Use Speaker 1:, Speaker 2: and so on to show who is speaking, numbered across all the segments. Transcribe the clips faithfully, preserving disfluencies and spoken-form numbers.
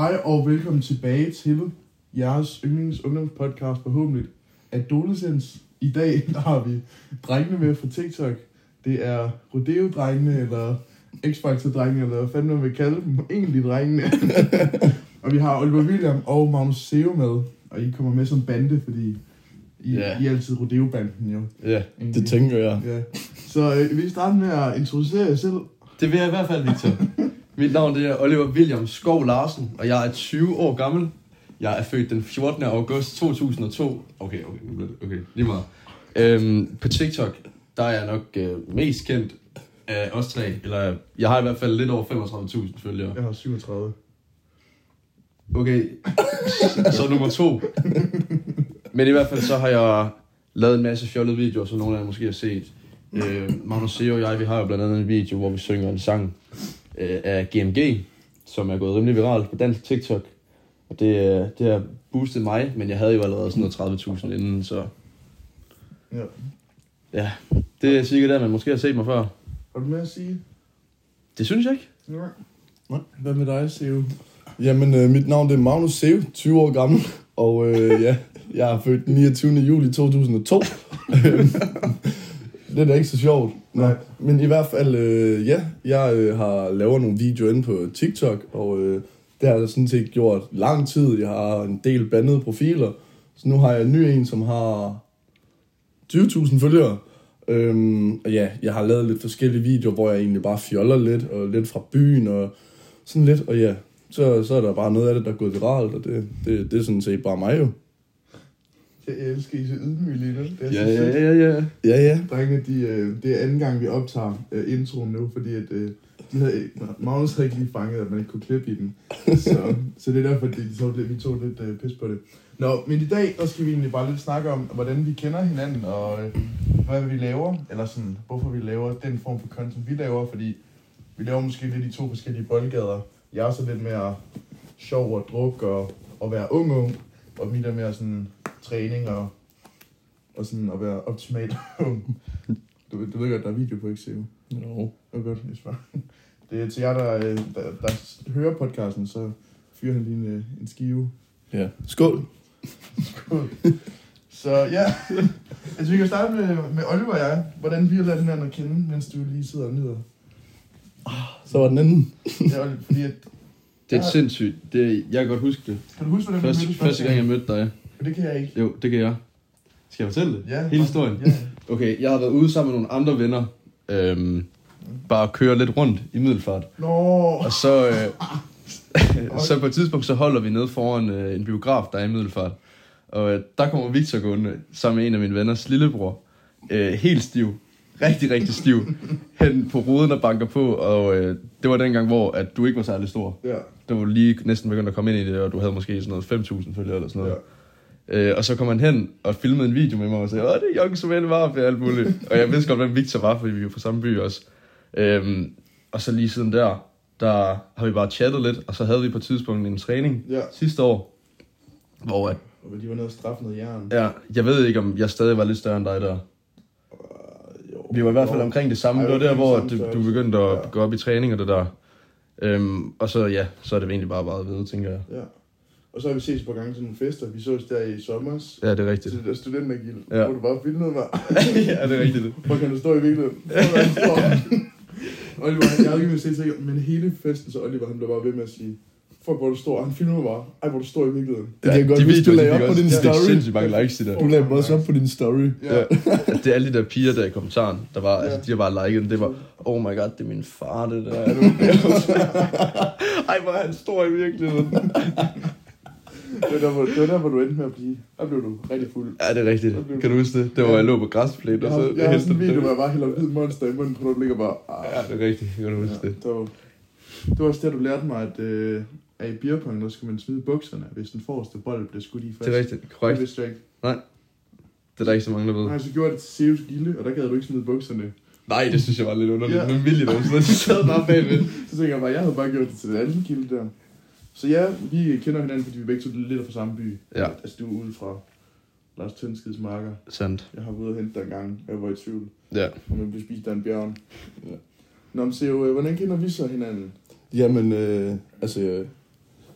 Speaker 1: Hej og velkommen tilbage til jeres yndlings ungdomspodcast forhåbentlig Adolescence. I dag der har vi drengene med fra TikTok. Det er Rodeo-drengene, eller X-Factor-drengene, eller hvad fanden man vil kalde dem. Egentlig drengene. Og vi har Oliver William og Magnus Seo med. Og I kommer med som bande, fordi I, yeah. I er altid Rodeo-banden jo.
Speaker 2: Ja, yeah, det tænker jeg.
Speaker 1: Ja. Så øh, vil I starte med at introducere jer selv?
Speaker 2: Det vil jeg i hvert fald, Victor. Mit navn det er Oliver William Skov Larsen, og jeg er tyve år gammel. Jeg er født den fjortende august to tusind og to. Okay, okay, okay, lige meget. Øhm, på TikTok, der er jeg nok øh, mest kendt af os tre. Eller jeg har i hvert fald lidt over femogtredive tusind følgere.
Speaker 1: Jeg har syvogtredive.
Speaker 2: Okay, så nummer to. Men i hvert fald så har jeg lavet en masse fjollede videoer, som nogle af jer måske har set. Øh, Magnus Seo og jeg, vi har jo blandt andet en video, hvor vi synger en sang øh, af G M G, som er gået rimelig viralt på dansk TikTok. Og det, det har boostet mig, men jeg havde jo allerede sådan noget tredive tusind inden, så...
Speaker 1: Ja.
Speaker 2: Ja, det er sikkert der, man måske har set mig før.
Speaker 1: Har du mere at sige?
Speaker 2: Det synes jeg ikke.
Speaker 1: Nej. Hvad med dig, Seo?
Speaker 3: Jamen, øh, mit navn det er Magnus Seo, tyve år gammel, og øh, ja, jeg er født den niogtyvende juli to tusind og to. Det er da ikke så sjovt.
Speaker 1: Nej.
Speaker 3: Men i hvert fald, øh, ja, jeg øh, har lavet nogle videoer inde på TikTok, og øh, det har jeg sådan set gjort lang tid. Jeg har en del bandede profiler, så nu har jeg en ny en, som har tyve tusind følgere. Øhm, og ja, jeg har lavet lidt forskellige videoer, hvor jeg egentlig bare fjoller lidt, og lidt fra byen, og sådan lidt, og ja, så, så er der bare noget af det, der er gået viralt, og det, det, det er sådan set bare mig jo.
Speaker 1: Jeg elsker I så ydmyge lige nu. Det er
Speaker 2: Ja,
Speaker 1: så
Speaker 2: ja, ja, ja.
Speaker 3: Ja, ja.
Speaker 1: Drengene, de, øh, det er anden gang, vi optager øh, introen nu, fordi at, øh, de havde, Magnus havde ikke lige fanget, at man ikke kunne klippe i den. Så, så det er derfor, at de tog, vi tog lidt øh, pis på det. Nå, men i dag, der skal vi egentlig bare lidt snakke om, hvordan vi kender hinanden, og øh, hvad vi laver, eller sådan, hvorfor vi laver den form for content, vi laver, fordi vi laver måske lidt i to forskellige boldgader. Jeg er så lidt mere sjov og druk og, og være ung ung, og mit er mere sådan træning og, og sådan at være optimal ung. Du, du ved godt, der er video på, ikke, Seo?
Speaker 3: No.
Speaker 1: Det er godt, jeg svarer. Det er til jer, der, der, der hører podcasten, så fyrer han lige en, en skive.
Speaker 3: Ja. Skål.
Speaker 1: Skål. Så ja, altså vi kan starte med, med Oliver og jeg. Hvordan vi har lært hinanden at kende, mens du lige sidder og nyder.
Speaker 3: Så var den anden.
Speaker 1: Ja, fordi at,
Speaker 2: Det er sindssygt. Det, jeg kan godt huske det.
Speaker 1: kan du huske, hvordan
Speaker 2: Første,
Speaker 1: vi mødtes
Speaker 2: første gang, jeg mødte dig.
Speaker 1: For det kan jeg ikke.
Speaker 2: Jo, det kan jeg. Skal jeg fortælle det?
Speaker 1: Ja,
Speaker 2: Hele historien?
Speaker 1: Ja.
Speaker 2: Okay, jeg har været ude sammen med nogle andre venner. Øhm, bare køre lidt rundt i Middelfart.
Speaker 1: Nå.
Speaker 2: Og så, øh, så på et tidspunkt, så holder vi nede foran øh, en biograf, der er i Middelfart. Og øh, der kommer Victor gående sammen med en af mine venners lillebror. Øh, helt stiv. Rigtig, rigtig stiv. Hen på ruden og banker på. Og øh, det var dengang, hvor at du ikke var særlig stor.
Speaker 1: Ja.
Speaker 2: Der var lige næsten begyndt at komme ind i det, og du havde måske sådan noget fem tusind følgere eller sådan noget.
Speaker 1: Ja.
Speaker 2: Øh, og så kom han hen og filmede en video med mig og sagde, åh, det er Young Suvel Varp og alt muligt. Og jeg vidste godt, hvem Victor var, fordi vi var fra samme by også. Øhm, og så lige siden der, der har vi bare chattet lidt, og så havde vi på et tidspunkt en træning
Speaker 1: Ja.
Speaker 2: sidste år, hvor at,
Speaker 1: Og de var nede og straffe noget jern.
Speaker 2: ja, jeg ved ikke, om jeg stadig var lidt større end dig der.
Speaker 1: Uh, jo.
Speaker 2: Vi var i hvert fald omkring det samme. Det var der, hvor du, du begyndte at
Speaker 1: Ja.
Speaker 2: gå op i træning og det der. Øhm, og så ja, så er det egentlig bare bare ved, tænker jeg.
Speaker 1: Ja. Og så har vi ses på gange til nogle fester. Vi sås der i sommers.
Speaker 2: Ja, det er rigtigt.
Speaker 1: Til det der studentergild,
Speaker 2: Ja.
Speaker 1: hvor du bare filmede mig.
Speaker 2: Ja, det er rigtigt.
Speaker 1: Hvor kan du stå i virkeligheden? Oliver, han, jeg havde ikke set sig, men hele festen, så Oliver, han blev bare ved med at sige, fuck, hvor du står. Han filmer bare, ej, hvor du står i virkeligheden.
Speaker 3: Det kan jeg godt
Speaker 2: de
Speaker 3: huske, du
Speaker 2: videoer,
Speaker 3: lagde
Speaker 2: de
Speaker 3: op på
Speaker 2: fik
Speaker 3: din
Speaker 2: også-
Speaker 3: story.
Speaker 2: Det er sindssygt mange likes i det.
Speaker 3: Du lagde dem også op på din story.
Speaker 1: Ja.
Speaker 2: Ja. Det er alle de der piger der i kommentaren, der var,
Speaker 1: Ja.
Speaker 2: altså de har bare liket den. Det var, oh my god, det er min far, det der. Ej, hvor er han stor i virkeligheden.
Speaker 1: Det var der, hvor, det var der, hvor du endte med at blive. Der blev du rigtig fuld.
Speaker 2: Ja, det er rigtigt. Kan du huske det? Det var, jeg lå på græsplæt,
Speaker 1: Jeg
Speaker 2: og så...
Speaker 1: har, jeg har sådan en video,
Speaker 2: det.
Speaker 1: hvor jeg bare hælder hvid monster i munden, på du ligger bare... Ah.
Speaker 2: Ja, det er rigtigt. Kan du huske
Speaker 1: Ja,
Speaker 2: det?
Speaker 1: det, var, det var også der, du lærte mig, at, øh, at i beerpong, der skal man smide bukserne, hvis den forreste bold bliver skudt i først.
Speaker 2: Det er rigtigt.
Speaker 1: Det
Speaker 2: Korrekt.
Speaker 1: vidste jeg ikke.
Speaker 2: Nej. Det er der ikke så mange, der ved.
Speaker 1: Nej, så gjorde jeg det til Seus gilde, og der gad du ikke smide bukserne.
Speaker 2: Nej, det synes jeg var lidt underligt.
Speaker 1: Ja.
Speaker 2: Men vildt også. De sad bare bagved.
Speaker 1: Så tænker jeg bare, jeg havde bare gjort det til den anden kilde der. Så ja, vi kender hinanden, fordi vi begge to lidt er fra samme by.
Speaker 2: Ja.
Speaker 1: Altså, du er ude fra Lars Tønskids marker.
Speaker 2: Sandt.
Speaker 1: Jeg har været ude og hente dig en gang, jeg var i tvivl.
Speaker 2: Ja.
Speaker 1: Og man blev spist af en bjørn. Ja. Nå, men Seo, hvordan kender vi så hinanden?
Speaker 3: Jamen, øh, altså, øh,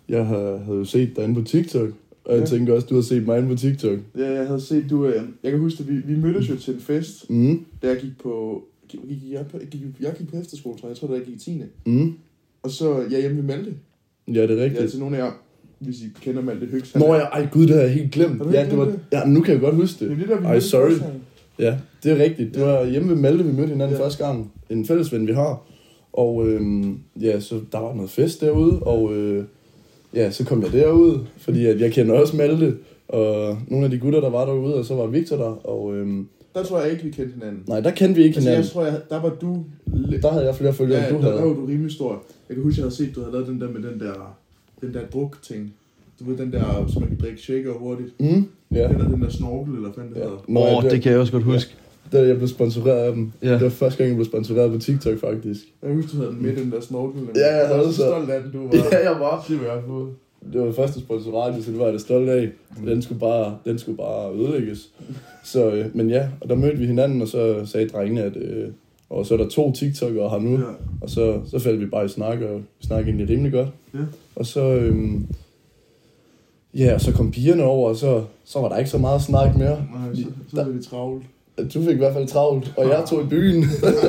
Speaker 3: Jeg havde, havde jo set dig inde på TikTok, og jeg
Speaker 1: Ja.
Speaker 3: tænker også, du har set mig inde på TikTok.
Speaker 1: Ja, jeg havde set, du... Øh, jeg kan huske, at vi, vi mødtes jo til en fest,
Speaker 3: Mm.
Speaker 1: da jeg gik på... Gik, gik, jeg, på gik, jeg gik på efterskole, tror jeg. Jeg tror, da jeg gik i tiende
Speaker 3: Mm.
Speaker 1: Og så, ja, hjemme ved Malte.
Speaker 3: Ja, det er
Speaker 1: Ja,
Speaker 3: rigtigt.
Speaker 1: til nogle af jer, hvis I kender Malte Høgs.
Speaker 3: Nå, jeg, ej gud, det har jeg helt glemt.
Speaker 1: Har du
Speaker 3: Ja,
Speaker 1: ikke
Speaker 3: det var,
Speaker 1: glemt
Speaker 3: ja, nu kan jeg godt huske
Speaker 1: Det er
Speaker 3: det.
Speaker 1: det, der vi
Speaker 3: Ej,
Speaker 1: mødtes
Speaker 3: sorry.
Speaker 1: første gang.
Speaker 3: Ja, det er rigtigt. Det var hjemme ved Malte, vi mødte hinanden
Speaker 1: Ja.
Speaker 3: første gang. En fælles ven, vi har. Og øhm, ja, så der var noget fest derude, og øh, ja, så kom jeg derud, fordi at jeg kender også Malte, og nogle af de gutter, der var derude, og så var Victor der, og øhm,
Speaker 1: Der tror jeg ikke, vi kendte hinanden.
Speaker 3: nej, der kendte vi ikke
Speaker 1: Altså,
Speaker 3: hinanden.
Speaker 1: jeg tror, jeg, der var du... lidt-
Speaker 3: Der havde jeg flere følgere,
Speaker 1: Ja,
Speaker 3: end du
Speaker 1: der
Speaker 3: havde.
Speaker 1: var jo du rimelig stor. Jeg kan huske, jeg havde set, du havde lavet den der med den der, den der druk-ting. Du ved, den der, så man kan drikke shaker hurtigt.
Speaker 3: Mm, ja.
Speaker 1: Den der, den der snorkel, eller hvad det
Speaker 3: Ja.
Speaker 1: hedder.
Speaker 3: Nå,
Speaker 2: Åh, oh,
Speaker 3: det,
Speaker 2: det kan jeg også godt huske.
Speaker 3: det, jeg blev sponsoreret af dem.
Speaker 2: Ja.
Speaker 3: Det var første gang, jeg blev sponsoreret på TikTok, faktisk.
Speaker 1: Jeg husker, du havde den med, den der snorkel.
Speaker 3: Ja, jeg havde
Speaker 1: var så
Speaker 3: så.
Speaker 1: stolt af den, du var.
Speaker 3: Ja, jeg var.
Speaker 1: Det var jeg på.
Speaker 3: Det var det første sponsorat, så det var jeg da stolt af. Den skulle bare, den skulle bare ødelægges. Så, øh, men ja, og der mødte vi hinanden, og så sagde drengene, at øh, og så er der to TikTok'ere her nu.
Speaker 1: Ja.
Speaker 3: Og så, så faldt vi bare i snak, og vi snakkede egentlig rimelig godt.
Speaker 1: Ja.
Speaker 3: Og så, øhm, ja, og så kom pigerne over, og så, så var der ikke så meget snak mere.
Speaker 1: Nej, så, så er det travlt.
Speaker 3: Du fik i hvert fald travlt, og jeg tog i byen.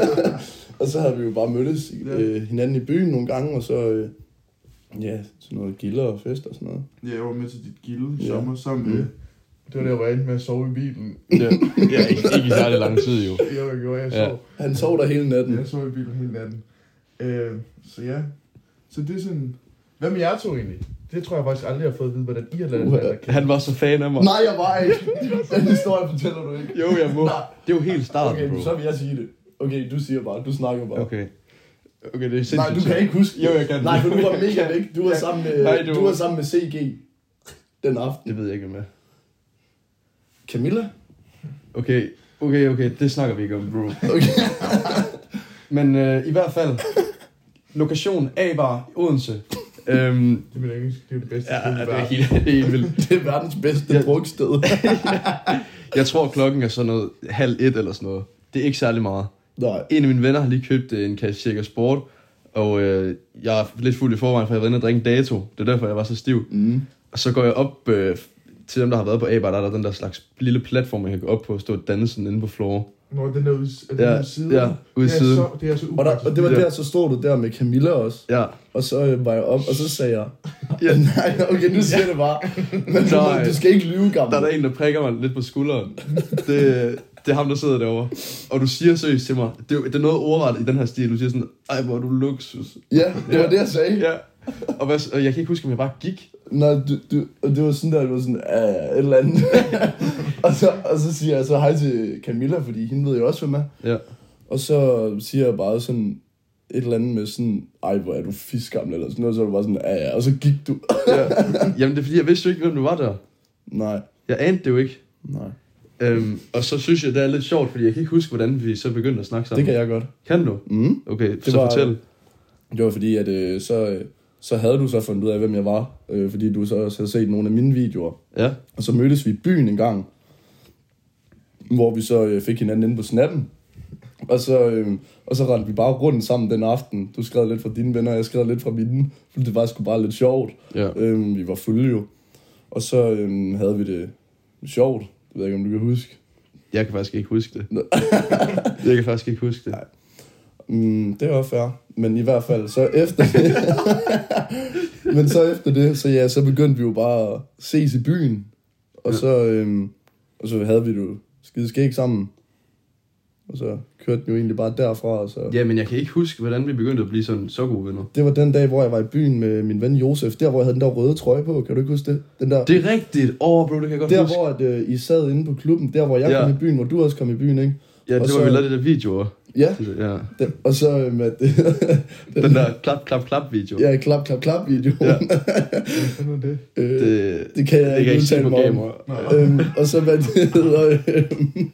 Speaker 3: Og så havde vi jo bare mødtes
Speaker 1: Ja.
Speaker 3: øh, hinanden i byen nogle gange, og så, øh, ja, sådan noget gilder og fest og sådan noget.
Speaker 1: Ja, jeg var med til dit gilde i
Speaker 3: Ja.
Speaker 1: sommer sammen med...
Speaker 3: Mm.
Speaker 1: Det var der, hvor jeg endte med at sove i bilen.
Speaker 2: Ja, ja ikke, ikke i særlig lang tid jo.
Speaker 1: Jeg var gjorde, jeg
Speaker 2: Ja.
Speaker 1: sov.
Speaker 3: Han sov der hele natten.
Speaker 1: Jeg sov i bilen hele natten. Øh, så ja. Så det er sådan... Hvad med jer to egentlig? Det tror jeg faktisk aldrig, jeg har fået at vide, hvordan I har lavet
Speaker 3: Uha.
Speaker 1: det.
Speaker 2: Han var så fan af mig.
Speaker 3: Nej, jeg var ikke. Den historie fortæller du ikke.
Speaker 2: Jo, jeg må. Det er jo helt starten,
Speaker 3: Okay,
Speaker 2: bro.
Speaker 3: så vil jeg sige det. Okay, du siger bare, du snakker bare.
Speaker 2: Okay. Okay, det er sindssygt.
Speaker 3: Nej, du kan ikke huske det.
Speaker 2: Jo, jeg kan.
Speaker 3: Nej, for du var mega væk. Du var
Speaker 2: Ja.
Speaker 3: sammen med,
Speaker 2: Nej, du-
Speaker 3: du var sammen med C G den aften.
Speaker 2: Det ved jeg ikke, hvad med.
Speaker 3: Camilla?
Speaker 2: Okay, okay, okay. Det snakker vi ikke om, bro.
Speaker 3: Okay.
Speaker 2: Men øh, i hvert fald, lokation A-bar i Odense. Øhm,
Speaker 1: Det er engelsk, det er det bedste.
Speaker 2: ja,
Speaker 1: sted i
Speaker 2: det er
Speaker 1: verden.
Speaker 2: helt, det er helt vildt.
Speaker 3: Det er verdens bedste
Speaker 2: Ja.
Speaker 3: brugsted.
Speaker 2: Jeg tror, klokken er sådan noget halv et eller sådan noget. Det er ikke særlig meget.
Speaker 3: Nej.
Speaker 2: En af mine venner har lige købt øh, en kasse Shaker Sport, og øh, jeg er lidt fuld i forvejen, for jeg har været inde og drikke en dato. Det er derfor, jeg var så stiv.
Speaker 3: Mm.
Speaker 2: Og så går jeg op øh, til dem, der har været på A-bar, der er der den der slags lille platform, jeg kan gå op på og stå og danse sådan inde på floor.
Speaker 1: Nå, den der ude, er den
Speaker 2: Ja,
Speaker 1: ude i siden.
Speaker 2: ja, ude i
Speaker 1: det er
Speaker 2: siden.
Speaker 1: Så, det er så
Speaker 3: Og, der,
Speaker 1: upraktisk.
Speaker 3: og det var
Speaker 2: Ja.
Speaker 3: der, så stod du der med Camilla også.
Speaker 2: Ja.
Speaker 3: Og så øh, var jeg op, og så sagde jeg...
Speaker 2: Ja.
Speaker 3: Nej, okay, nu siger jeg det bare. Men du,
Speaker 2: Nej.
Speaker 3: du skal ikke lyve, gammel.
Speaker 2: Der er der en, der prikker mig lidt på skulderen. Det, det er ham, der sidder derovre. Og du siger seriøst til mig, det er, det er noget ordret i den her stil. Du siger sådan, ej, hvor er du luksus.
Speaker 3: Ja, det var det, jeg sagde.
Speaker 2: Ja. Og, hvad, og jeg kan ikke huske, om jeg bare gik.
Speaker 3: Nå, du, du, og det var sådan der, du var sådan, ja, ja, et eller andet. og, så, og så siger jeg så hej til Camilla, fordi hende ved jo også, hvem er.
Speaker 2: Ja.
Speaker 3: Og så siger jeg bare sådan et eller andet med sådan, ej, hvor er du fiskgammel, eller sådan noget. Så var du bare sådan, ja, ja, og så gik du.
Speaker 2: Ja. Jamen, det er fordi, jeg vidste jo ikke, hvem du var der.
Speaker 3: Nej,
Speaker 2: Jeg anede det jo ikke.
Speaker 3: nej.
Speaker 2: Øhm, og så synes jeg, det er lidt sjovt, fordi jeg kan ikke huske, hvordan vi så begyndte at snakke sammen.
Speaker 3: Det kan jeg godt.
Speaker 2: Kan du?
Speaker 3: Mm.
Speaker 2: Okay,
Speaker 3: Det
Speaker 2: så
Speaker 3: var-
Speaker 2: fortæl.
Speaker 3: Det var fordi, at øh, så, øh, så havde du så fundet ud af, hvem jeg var. Øh, fordi du så også havde set nogle af mine videoer.
Speaker 2: Ja.
Speaker 3: Og så mødtes vi i byen en gang, hvor vi så øh, fik hinanden inde på snappen. Og så, øh, og så rendte vi bare rundt sammen den aften. Du skrev lidt fra dine venner, og jeg skrev lidt fra mine. For det var sgu bare lidt sjovt.
Speaker 2: Ja.
Speaker 3: Øh, vi var fulde jo. Og så øh, havde vi det sjovt. Jeg ved ikke, om du kan huske.
Speaker 2: Jeg kan faktisk ikke huske det. Jeg kan faktisk ikke huske det.
Speaker 3: Nej. Mm, det var fair. Men i hvert fald, så efter det... Men så efter det, så ja, så begyndte vi jo bare at ses i byen. Og
Speaker 2: Ja.
Speaker 3: så, øhm, og så havde vi det jo skide skæg sammen. Og så kørte vi jo egentlig bare derfra. Og så...
Speaker 2: Ja, men jeg kan ikke huske, hvordan vi begyndte at blive sådan så gode venner.
Speaker 3: Det var den dag, hvor jeg var i byen med min ven Josef. Der, hvor jeg havde den der røde trøje på. Kan du ikke huske det? Den der,
Speaker 2: Det er rigtigt. Åh, oh, bro, det kan jeg godt
Speaker 3: der
Speaker 2: huske.
Speaker 3: hvor at, øh, I sad inde på klubben. Der, hvor jeg
Speaker 2: Ja.
Speaker 3: kom i byen, hvor du også kom i byen, ikke?
Speaker 2: Ja, det
Speaker 3: og
Speaker 2: var,
Speaker 3: så-
Speaker 2: vi lavede det der videoer.
Speaker 3: Ja,
Speaker 2: Ja.
Speaker 3: den, og så øhm, at,
Speaker 2: Den der klap, klap, klap video.
Speaker 3: ja, klap, klap, klap video.
Speaker 2: Ja.
Speaker 1: Hvad er det?
Speaker 3: øh, det,
Speaker 2: Det,
Speaker 3: det kan jeg
Speaker 2: det
Speaker 3: ikke
Speaker 2: kan ikke se
Speaker 3: udtale
Speaker 2: på
Speaker 3: mig om.
Speaker 2: kamera.
Speaker 3: øhm, og så hvad det hedder... øhm,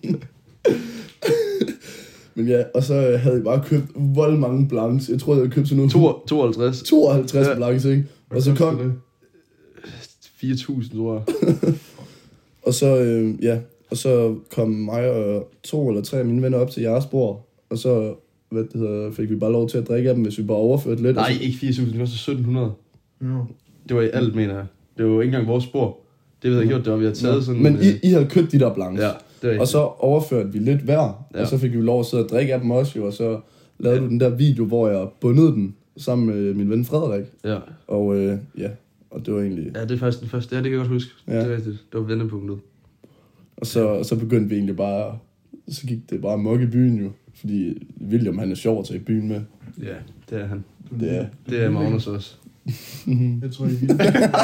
Speaker 3: Men ja, og så havde jeg bare købt vold mange blancs. Jeg tror, jeg havde købt sådan noget...
Speaker 2: To- tooghalvtreds.
Speaker 3: tooghalvtreds
Speaker 2: Ja.
Speaker 3: blancs, ikke? Og så kom...
Speaker 1: det?
Speaker 2: fire tusind, tror jeg.
Speaker 3: Og så, øh, ja, og så kom mig og to eller tre af mine venner op til jeres bord. Og så, hvad det hedder, fik vi bare lov til at drikke af dem, hvis vi bare overførte lidt.
Speaker 2: Nej,
Speaker 3: Og så,
Speaker 2: ikke fire tusind, det koster sytten hundrede.
Speaker 1: Ja.
Speaker 2: Det var i alt, mener jeg. Det var jo ikke engang vores spor. Det vi havde gjort, det var, vi havde taget sådan...
Speaker 3: Men
Speaker 2: øh,
Speaker 3: I, I havde købt de der blancs.
Speaker 2: Ja, det er
Speaker 3: og så overførte vi lidt hver,
Speaker 2: Ja.
Speaker 3: og så fik vi lov at sidde og drikke af dem også, jo, og så lavede ja. du den der video, hvor jeg bundede den sammen med min ven Frederik.
Speaker 2: Ja.
Speaker 3: Og øh, ja, og det var egentlig...
Speaker 2: Ja, det er faktisk den første. Ja, det kan jeg godt huske.
Speaker 3: Ja.
Speaker 2: Det er rigtigt. Det var vendepunktet.
Speaker 3: Og så, og så begyndte vi egentlig bare... Så gik det bare mok i byen jo, fordi William han er sjov at tage i byen med.
Speaker 2: Ja, det er han.
Speaker 3: Det er...
Speaker 2: Det er Magnus også.
Speaker 1: Jeg tror, I vil.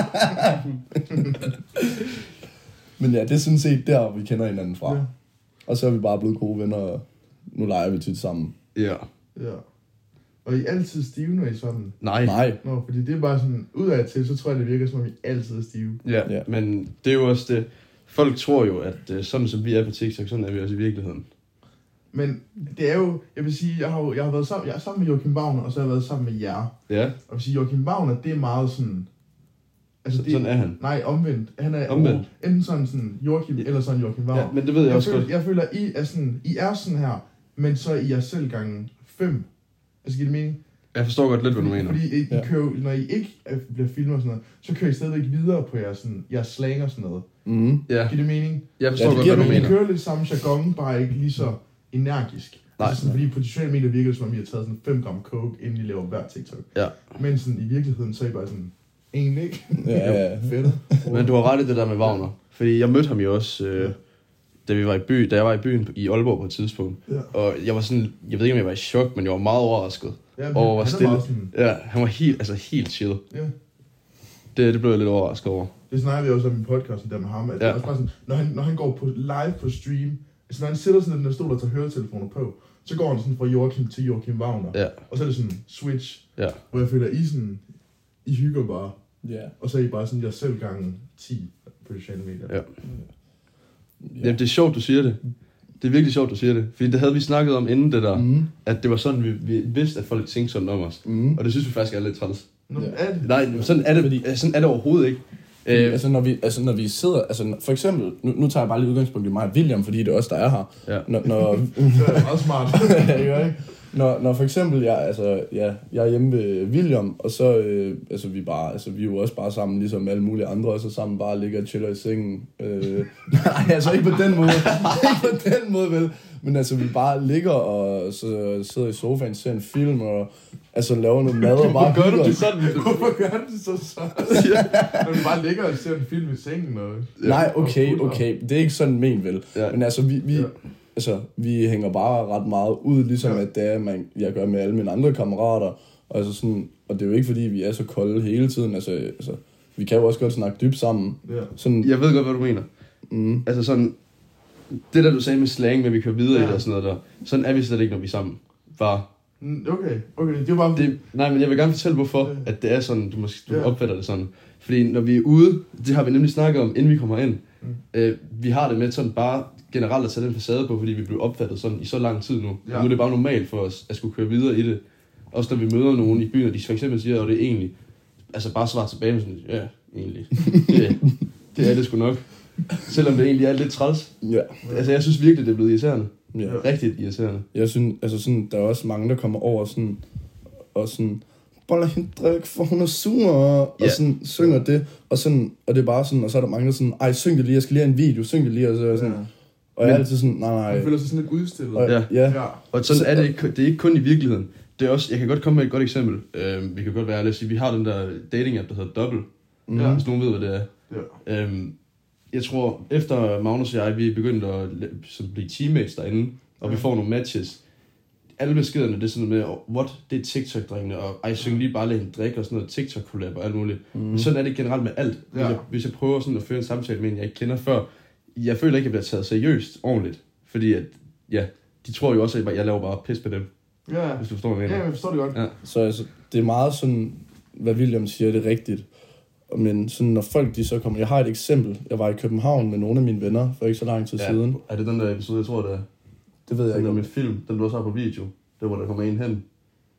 Speaker 3: Men ja, det er sådan set der, vi kender hinanden fra.
Speaker 1: Ja.
Speaker 3: Og så er vi bare blevet gode venner, og nu leger vi tit sammen.
Speaker 2: Ja.
Speaker 1: Ja. Og I er altid stive, når I er sammen?
Speaker 2: Nej.
Speaker 3: Nej.
Speaker 1: Nå, fordi det er bare sådan, ud af til, så tror jeg, det virker som om I altid er stive.
Speaker 2: Ja,
Speaker 3: Ja.
Speaker 2: men det er jo også det. Folk tror jo, at øh, sådan som vi er på TikTok, sådan er vi også i virkeligheden.
Speaker 1: Men det er jo, jeg vil sige, jeg har jo jeg har været sammen, jeg er sammen med Joachim Wagner, og så har jeg været sammen med jer.
Speaker 2: Ja,
Speaker 1: Og jeg vil sige, Joachim Wagner, det er meget sådan...
Speaker 2: altså,
Speaker 1: det,
Speaker 2: sådan er han.
Speaker 1: Nej, omvendt. Han er
Speaker 2: Omvendt.
Speaker 1: enten sådan, sådan Joachim, eller sådan Joachim Wagner.
Speaker 2: Ja, men det ved jeg,
Speaker 1: jeg,
Speaker 2: også
Speaker 1: føler,
Speaker 2: godt.
Speaker 1: jeg føler, I er sådan, I er sådan her, men så er I jer selv gange fem. Altså, giver det mening?
Speaker 2: Jeg forstår godt lidt, hvad du mener.
Speaker 1: Fordi I, I
Speaker 3: Ja.
Speaker 1: kører, når I ikke er- bliver filmet og sådan noget, så kører I stadigvæk videre på jeres, sådan, jeres slang og sådan noget.
Speaker 3: Mm.
Speaker 2: Ja,
Speaker 1: Giver det mening?
Speaker 2: jeg forstår
Speaker 3: Ja, det
Speaker 2: godt,
Speaker 3: giver
Speaker 2: hvad du
Speaker 1: Men I
Speaker 2: mener.
Speaker 1: kører lidt samme jargon, bare ikke lige så energisk.
Speaker 2: Nej.
Speaker 1: Altså sådan, fordi på de sociale medier virker det, som om I har taget sådan fem gram coke, inden I laver hver TikTok.
Speaker 2: Ja.
Speaker 1: Men sådan, i virkeligheden, så er I bare sådan, egentlig ikke.
Speaker 3: Ja, ja.
Speaker 1: Fedt.
Speaker 2: Men du har ret i det der med Wagner. Fordi jeg mødte ham jo også, øh, da, vi var i by, da jeg var i byen i Aalborg på et tidspunkt.
Speaker 1: Ja.
Speaker 2: Og jeg var sådan, jeg ved ikke, om jeg var i chok, men jeg var meget overrasket.
Speaker 1: Ja,
Speaker 2: Og var
Speaker 1: han er
Speaker 2: stille.
Speaker 1: meget sådan,
Speaker 2: Ja, han var helt, altså helt chill.
Speaker 1: ja.
Speaker 2: Det, det blev jeg lidt overrasket over.
Speaker 1: Det snakker vi også om i podcasten der med ham. At
Speaker 2: Ja.
Speaker 1: ja. også bare sådan, når, han, når han går på live på stream, altså når han sætter sådan den der stol og tager høretelefoner på, så går han sådan fra Joachim til Joachim Wagner.
Speaker 2: Ja,
Speaker 1: Og så er det sådan switch,
Speaker 2: ja.
Speaker 1: hvor jeg føler, I sådan, I hygger bare.
Speaker 3: Ja.
Speaker 1: Og så er I bare sådan, jeg selv gange ti på sociale medier.
Speaker 2: Ja. Jamen, det er sjovt, du siger det. Det er virkelig sjovt, du siger det. Fordi det havde vi snakket om inden det der,
Speaker 3: Mm.
Speaker 2: at det var sådan, vi, vi vidste, at folk tænkte sådan om os.
Speaker 3: Mm.
Speaker 2: Og det synes vi faktisk er lidt træls.
Speaker 1: Nå,
Speaker 3: Ja.
Speaker 1: er det?
Speaker 2: Nej, sådan er det,
Speaker 3: Fordi-
Speaker 2: sådan er det overhovedet ikke. Øh,
Speaker 3: Altså, når vi, altså, når vi sidder... Altså, for eksempel... Nu, nu tager jeg bare lige udgangspunkt i mig og William, fordi det er os, der er her.
Speaker 2: ja.
Speaker 3: Når, når,
Speaker 1: Det er meget smart.
Speaker 3: ja, det gør ikke? Når, når for eksempel jeg, altså, ja, jeg er hjemme ved William, og så øh, altså, vi bare, altså, vi er jo også bare sammen, ligesom alle mulige andre, og så sammen bare ligger og chiller i sengen. Øh, nej, altså ikke på den måde. ikke på den måde, vel. Men altså, vi bare ligger og så sidder i sofaen, ser en film, og altså laver noget mad, og bare
Speaker 2: Gør du
Speaker 3: hygger
Speaker 2: det
Speaker 3: os.
Speaker 2: sådan?
Speaker 1: Hvorfor gør du det så så? Når vi bare ligger og ser en film i sengen og...
Speaker 3: Nej, okay,
Speaker 1: og putter.
Speaker 3: okay. Det er ikke sådan men vel.
Speaker 2: Ja.
Speaker 3: Men altså, vi, vi,
Speaker 1: Ja.
Speaker 3: altså, vi hænger bare ret meget ud, ligesom
Speaker 1: Ja.
Speaker 3: at det er, man, jeg gør med alle mine andre kammerater. Og, altså sådan, og det er jo ikke, fordi vi er så kolde hele tiden. Altså, altså, vi kan jo også godt snakke dybt sammen.
Speaker 1: Ja.
Speaker 3: Sådan,
Speaker 2: Jeg ved godt, hvad du mener.
Speaker 3: mm,
Speaker 2: Altså sådan, det der du sagde med slang, med vi kører videre ja. i
Speaker 1: Ja.
Speaker 2: det og sådan noget der, sådan er vi slet ikke, når vi er sammen. Bare,
Speaker 1: Mm, Okay, okay. Det var bare...
Speaker 2: det, nej, men jeg vil gerne fortælle, hvorfor
Speaker 1: Ja.
Speaker 2: at det er sådan, du, måske, du
Speaker 1: Ja.
Speaker 2: opfatter det sådan. Fordi når vi er ude, det har vi nemlig snakket om, inden vi kommer ind,
Speaker 1: Mm.
Speaker 2: øh, vi har det med sådan bare generelt at tage den facade på, fordi vi blev opfattet sådan i så lang tid nu.
Speaker 1: Ja.
Speaker 2: Ja. Nu er det bare normalt for os at skulle køre videre i det. Også når vi møder nogen i byen, og de for eksempel siger, at det er egentlig, altså bare svare tilbage med sådan, ja, egentlig. Det, det er det sgu nok. Selvom det egentlig er lidt træls.
Speaker 3: ja,
Speaker 2: Altså, jeg synes virkelig, det er blevet irriterende.
Speaker 3: ja.
Speaker 2: Rigtigt irriterende.
Speaker 3: Jeg synes, altså sådan, der er også mange, der kommer over sådan, og sådan, bare lad hende drikke, for hun er sur, og
Speaker 2: Ja.
Speaker 3: sådan synger det, og sådan, og det er bare sådan, og så er der mange, der sådan, ej, syng det lige, jeg skal lige have en video, syng det lige, og så er jeg sådan,
Speaker 1: Ja.
Speaker 3: og jeg er
Speaker 2: Men-
Speaker 3: altid sådan, nej, nej,
Speaker 1: Man føler sig sådan lidt udstillet.
Speaker 3: og,
Speaker 2: Ja.
Speaker 3: ja,
Speaker 1: Ja.
Speaker 2: Og sådan
Speaker 3: Så-
Speaker 2: er det ikke, det er ikke kun i virkeligheden. Det er også, jeg kan godt komme med et godt eksempel. Øh, vi kan godt være ærlige og sige, vi har den der dating-app, der hedder Double.
Speaker 3: Mhm.
Speaker 1: Ja.
Speaker 2: Hvis nogen ved, hvad det er.
Speaker 1: Ja.
Speaker 2: Øhm, jeg tror, efter Magnus og jeg, vi er begyndt at la- sådan blive teammates derinde, og vi
Speaker 1: Ja.
Speaker 2: får nogle matches. Alle beskederne, det er sådan noget med, what, det er TikTok-drengene, og ej, syng lige bare lade hende drikke, og sådan noget TikTok-collab og alt muligt.
Speaker 3: Mhm.
Speaker 2: Men sådan er det generelt med alt. Hvis,
Speaker 1: Ja.
Speaker 2: jeg, hvis jeg prøver sådan at føre en samtale med en, jeg ikke kender før, jeg føler ikke, at jeg bliver taget seriøst ordentligt. Fordi at, ja, de tror jo også, at jeg laver bare pis på dem,
Speaker 1: Ja.
Speaker 2: hvis du forstår, hvad jeg
Speaker 1: Ja,
Speaker 2: mener.
Speaker 1: jeg forstår det godt.
Speaker 2: Ja.
Speaker 3: Så altså, det er meget sådan, hvad William siger, det er rigtigt. Men sådan, når folk de så kommer... Jeg har et eksempel. Jeg var i København med nogle af mine venner for ikke så lang tid
Speaker 2: Ja,
Speaker 3: siden.
Speaker 2: er det den der episode, jeg tror, det er?
Speaker 3: Det ved jeg
Speaker 2: Den der
Speaker 3: ikke.
Speaker 2: med film, den du også har på video. Det hvor der kommer en hen.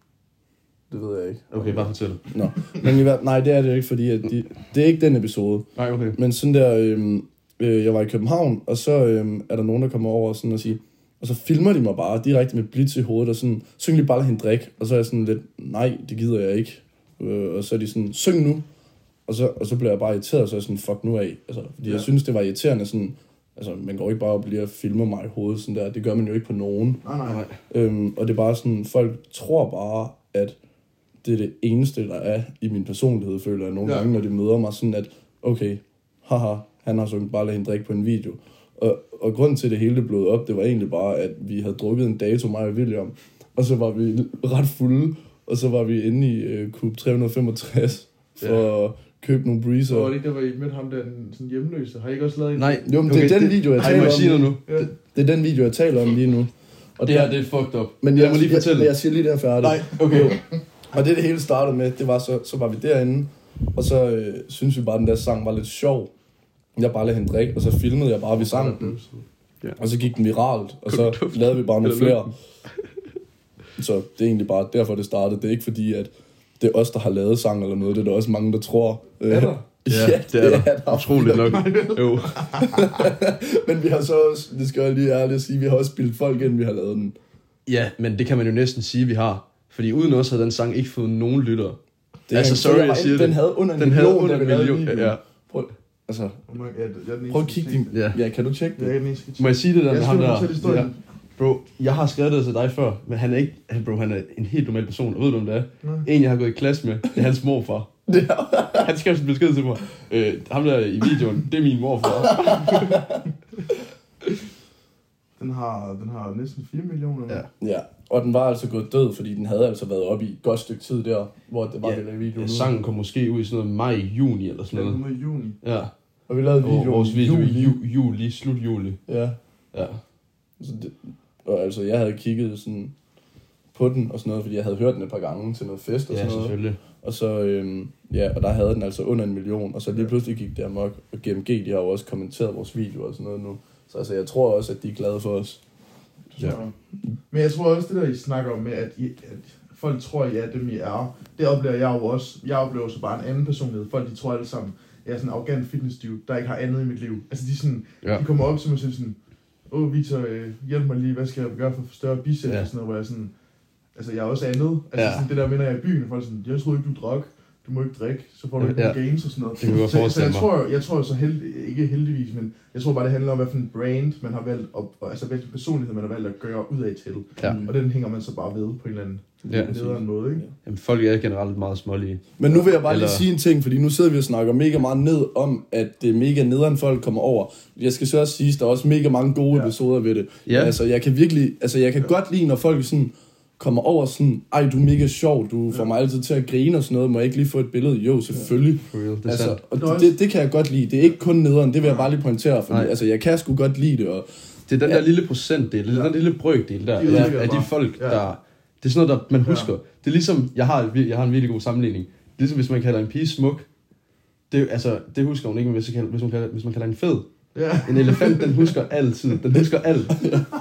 Speaker 3: Det ved jeg ikke.
Speaker 2: Okay, bare fortæl.
Speaker 3: Nå. Men i hvert, nej, det er det ikke, fordi at de, det er ikke den episode.
Speaker 2: Nej, okay.
Speaker 3: Men sådan der... Øhm, øh, jeg var i København, og så øhm, er der nogen, der kommer over sådan og siger... Og så filmer de mig bare direkte med blitz i hovedet, og sådan, syng lige bare lad hende drikke. Og så er jeg sådan lidt, nej, det gider jeg ikke. Øh, og så er de sådan, syng nu. Og så, og så blev jeg bare irriteret, og så er jeg sådan, fuck nu af. Altså, fordi ja. jeg synes, det var irriterende sådan, altså man går ikke bare op og bliver filmer mig i hovedet sådan der, det gør man jo ikke på nogen.
Speaker 1: Nej, nej.
Speaker 3: Øhm, og det er bare sådan, folk tror bare, at det er det eneste, der er i min personlighed, føler jeg nogle ja. gange, når de møder mig sådan, at okay, haha, han har sunget bare lade hende drikke på en video. Og, og grunden til, det hele det blød op, det var egentlig bare, at vi havde drukket en dato, mig og William, og så var vi ret fulde, og så var vi inde i øh, Coop tre hundrede femogtres for ja. at købe nogle breezer.
Speaker 1: Og det der var I mødte ham, den sådan hjemløse. Har I ikke også lavet en?
Speaker 3: Nej, jo, men okay, det er den video, jeg taler om.
Speaker 2: Sige nu.
Speaker 3: Ja. Det, det er den video, jeg taler om lige nu.
Speaker 2: Og det her, det er fucked up.
Speaker 3: Men jeg, må lige fortælle. Jeg, jeg siger lige, det er færdigt.
Speaker 2: Nej, okay.
Speaker 3: Og det, det hele startede med, det var så, så var vi derinde, og så øh, synes vi bare, at den der sang var lidt sjov. Jeg bare lade hende drikke, og så filmede jeg bare, at vi sang den. Ja. Og så gik den viralt, og så lavede vi bare nogle flere. Så det er egentlig bare derfor, det startede. Det er ikke fordi, at det er os, der har lavet sang eller noget. Det er der også mange, der tror.
Speaker 1: Er der?
Speaker 2: Ja, det er der. Det er utroligt nok. Jo.
Speaker 3: Men vi har så også, det skal jeg lige ærligt sige, vi har også spillet folk ind, vi har lavet den.
Speaker 2: Ja, men det kan man jo næsten sige, vi har. Fordi uden os havde den sang ikke fået nogen lytter.
Speaker 3: Det er altså, sorry, jeg siger den havde under en
Speaker 2: den
Speaker 3: million,
Speaker 2: havde under en million, ja.
Speaker 3: Prøv, altså,
Speaker 1: ja,
Speaker 3: prøv at kigge din... Ja. ja, kan du tjekke det?
Speaker 1: Ja,
Speaker 2: må jeg sige det der med ham der?
Speaker 1: Ja.
Speaker 2: Bro, jeg har skrevet det til dig før, men han er ikke... Han, bro, han er en helt normal person, og ved du om det er? Nej. En, jeg har gået i klasse med, det er hans morfar. Han skrev sådan en besked til mig. Øh, ham der i videoen, det er min morfar.
Speaker 1: Den har, den har næsten fire millioner.
Speaker 2: Ja.
Speaker 3: Ja, og den var altså gået død, fordi den havde altså været oppe i et godt stykke tid der, hvor det var ja. det der video.
Speaker 2: Ja, sangen kom måske ud i sådan noget maj, juni eller sådan noget.
Speaker 1: Ja, i juni.
Speaker 2: Ja.
Speaker 3: Og vi lavede video
Speaker 2: vores video
Speaker 3: juli.
Speaker 2: i ju- juli, slut juli.
Speaker 3: Ja.
Speaker 2: Ja.
Speaker 3: Så det, og altså, jeg havde kigget sådan på den og sådan noget, fordi jeg havde hørt den et par gange til noget fest og
Speaker 2: ja,
Speaker 3: sådan noget.
Speaker 2: selvfølgelig.
Speaker 3: Og så, øhm, ja, og der havde den altså under en million, og så lige pludselig gik det amok. Og G M G, de har jo også kommenteret vores video og sådan noget nu. Så altså, jeg tror også, at de er glade for os.
Speaker 1: Ja. Men jeg tror også, det der I snakker om med, at, I, at folk tror, at I er dem, I er. Det oplever jeg jo også. Jeg oplever så bare en anden personlighed. Folk, de tror alle sammen, jeg er sådan en arrogant fitness dude, der ikke har andet i mit liv. Altså, de, sådan, ja. de kommer op til mig og siger sådan, åh, Victor, øh, hjælp mig lige, hvad skal jeg gøre for at få større biceps? Ja. Og sådan noget, hvor jeg sådan, altså, jeg er også andet. Altså, ja. sådan, det der med, når jeg er i byen, og folk sådan, jeg troede ikke, du drak. Du må ikke drikke, så får du ikke ja. games og sådan noget.
Speaker 2: Det kan jeg
Speaker 1: så, så jeg tror, jeg tror så held, ikke heldigvis, men jeg tror bare, det handler om, hvad for en brand man har valgt, og, og altså hvilken personlighed man har valgt at gøre ud af til. Ja. Og den hænger man så bare ved på en eller anden ja. nederen måde, ikke?
Speaker 2: Jamen, folk er generelt meget smålige.
Speaker 3: Men nu vil jeg bare eller... lige sige en ting, fordi nu sidder vi og snakker mega meget ned om, at det er mega nederen folk kommer over. Jeg skal så også sige, at der er også mega mange gode ja. episoder ved det. Ja. Altså, jeg kan virkelig, altså jeg kan ja. godt lide, når folk sådan kommer over sådan, ej, du er mega sjov, du får ja. mig altid til at grine og sådan noget, må jeg ikke lige få et billede? Jo, selvfølgelig. Ja. Det, altså, og det, det, det kan jeg godt lide. Det er ikke kun nederen, det vil jeg bare lige pointere, for altså, jeg kan sgu godt lide det. Og
Speaker 2: det er den der lille procentdel, det er den lille brøkdel der, ja, af de folk, ja. der... Det er sådan noget, der man husker. Ja. Det er ligesom, jeg har, jeg har en virkelig god sammenligning. Det er ligesom, hvis man kalder en pige smuk, det, altså, det husker hun ikke, hvis, kalder, hvis, man kalder, hvis man kalder en fed. Ja. En elefant, den husker altid. Den husker alt.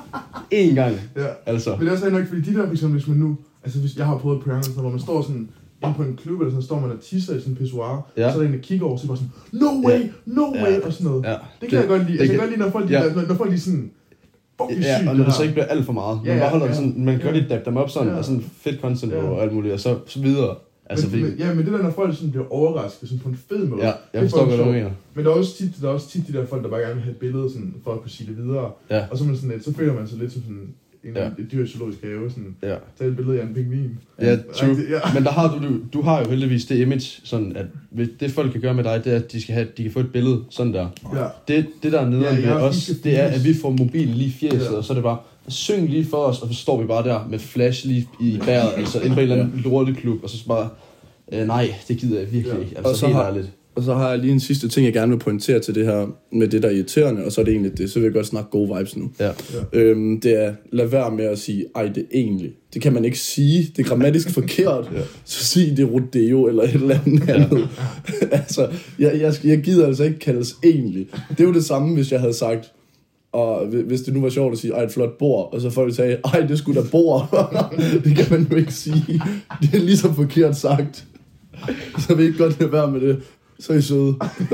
Speaker 2: En gang. Ja. Altså.
Speaker 1: Men det er også nok, fordi de der, for eksempel, hvis man nu... Altså, hvis jeg har prøvet på hvor man står sådan... inde på en klub, eller sådan, står man og tisser i sådan en pissoir, ja. Så er der en, der kigger over, så er bare sådan, no way, no way, ja. Og sådan noget. Ja. Det kan det, jeg godt lide. Altså, jeg kan godt lide, når folk, ja. når, når folk lige sådan...
Speaker 2: Ja, sygt, og når det så ikke bliver alt for meget. Man ja, ja, bare holder ja. sådan, man kan godt lige dabbe dem op sådan, ja. og sådan fedt content ja. og alt muligt, og så, så videre. Altså,
Speaker 1: men, fordi... Ja, men det der, når folk sådan bliver overrasket sådan på en fed måde.
Speaker 2: Ja, jeg forstår, hvad du mener.
Speaker 1: Men der er, også tit, der er også tit de der folk, der bare gerne vil have et billede sådan, for at kunne sige det videre. Ja. Og så, man sådan, så føler man sig lidt som sådan en ja. et dyr zoologisk have, sådan, ja. Tag et billede af en pingvin.
Speaker 2: Ja, true. Ja. Men der har du, du har jo heldigvis det image, sådan at det folk kan gøre med dig, det er, at de, skal have, de kan få et billede sådan der. Ja. Det, det der er nederen ja, ved os, det er, at vi får mobilen lige i fjeset, ja. Og så er det bare, syng lige for os, og så står vi bare der med flash lige i bæret, altså inde på en eller anden lorteklub, og så bare, øh, nej, det gider jeg virkelig ja. ikke, altså helt ærligt.
Speaker 3: Og så har jeg lige en sidste ting, jeg gerne vil pointere til det her, med det der er irriterende, og så er det egentlig det, så vil jeg godt snakke gode vibes nu. Ja. Ja. Øhm, det er, lad være med at sige, ej, det er egentlig. Det kan man ikke sige, det er grammatisk forkert, ja. Så sig det er rodeo, eller et eller andet ja. andet. Altså, jeg, jeg, jeg gider altså ikke kaldes egentlig. Det er jo det samme, hvis jeg havde sagt, og hvis det nu var sjovt at sige, ej, et flot bord, og så folk sagde, ej, det skulle da bord. Det kan man jo ikke sige. Det er ligesom forkert sagt. Så vil jeg ikke godt lade være med det. Så er I søde.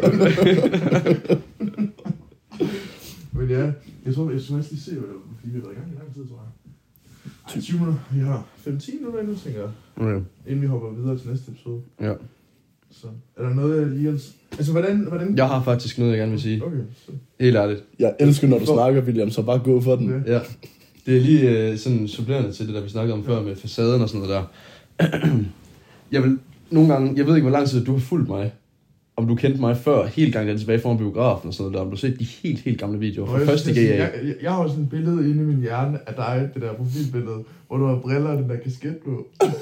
Speaker 1: Men ja, jeg tror, jeg skal lige se, fordi vi har været i gang i lang tid, tror jeg. tyve minutter. Vi har femten minutter endnu, tænker jeg. Okay. Inden vi hopper videre til næste episode.
Speaker 2: Ja.
Speaker 1: Så er der noget, jeg lige... Altså, hvordan... hvordan...
Speaker 2: Jeg har faktisk noget, jeg gerne vil sige.
Speaker 1: Okay, så...
Speaker 2: Helt ærligt.
Speaker 3: Jeg elsker, når du snakker, William, så bare gå for den.
Speaker 1: Okay.
Speaker 2: Ja. Det er lige øh, sådan supplerende til det, der vi snakkede om før med facaden og sådan noget der. Jeg vil nogle gange... Jeg ved ikke, hvor lang tid du har fulgt mig. Om du kendte mig før, helt gang tilbage foran biografen og sådan noget der. Om du har set de helt, helt gamle videoer fra første G A.
Speaker 1: Jeg, jeg, jeg har jo sådan et billede inde i min hjerne af dig, det der profilbillede, hvor du har briller og den der kasket på. Wow. Det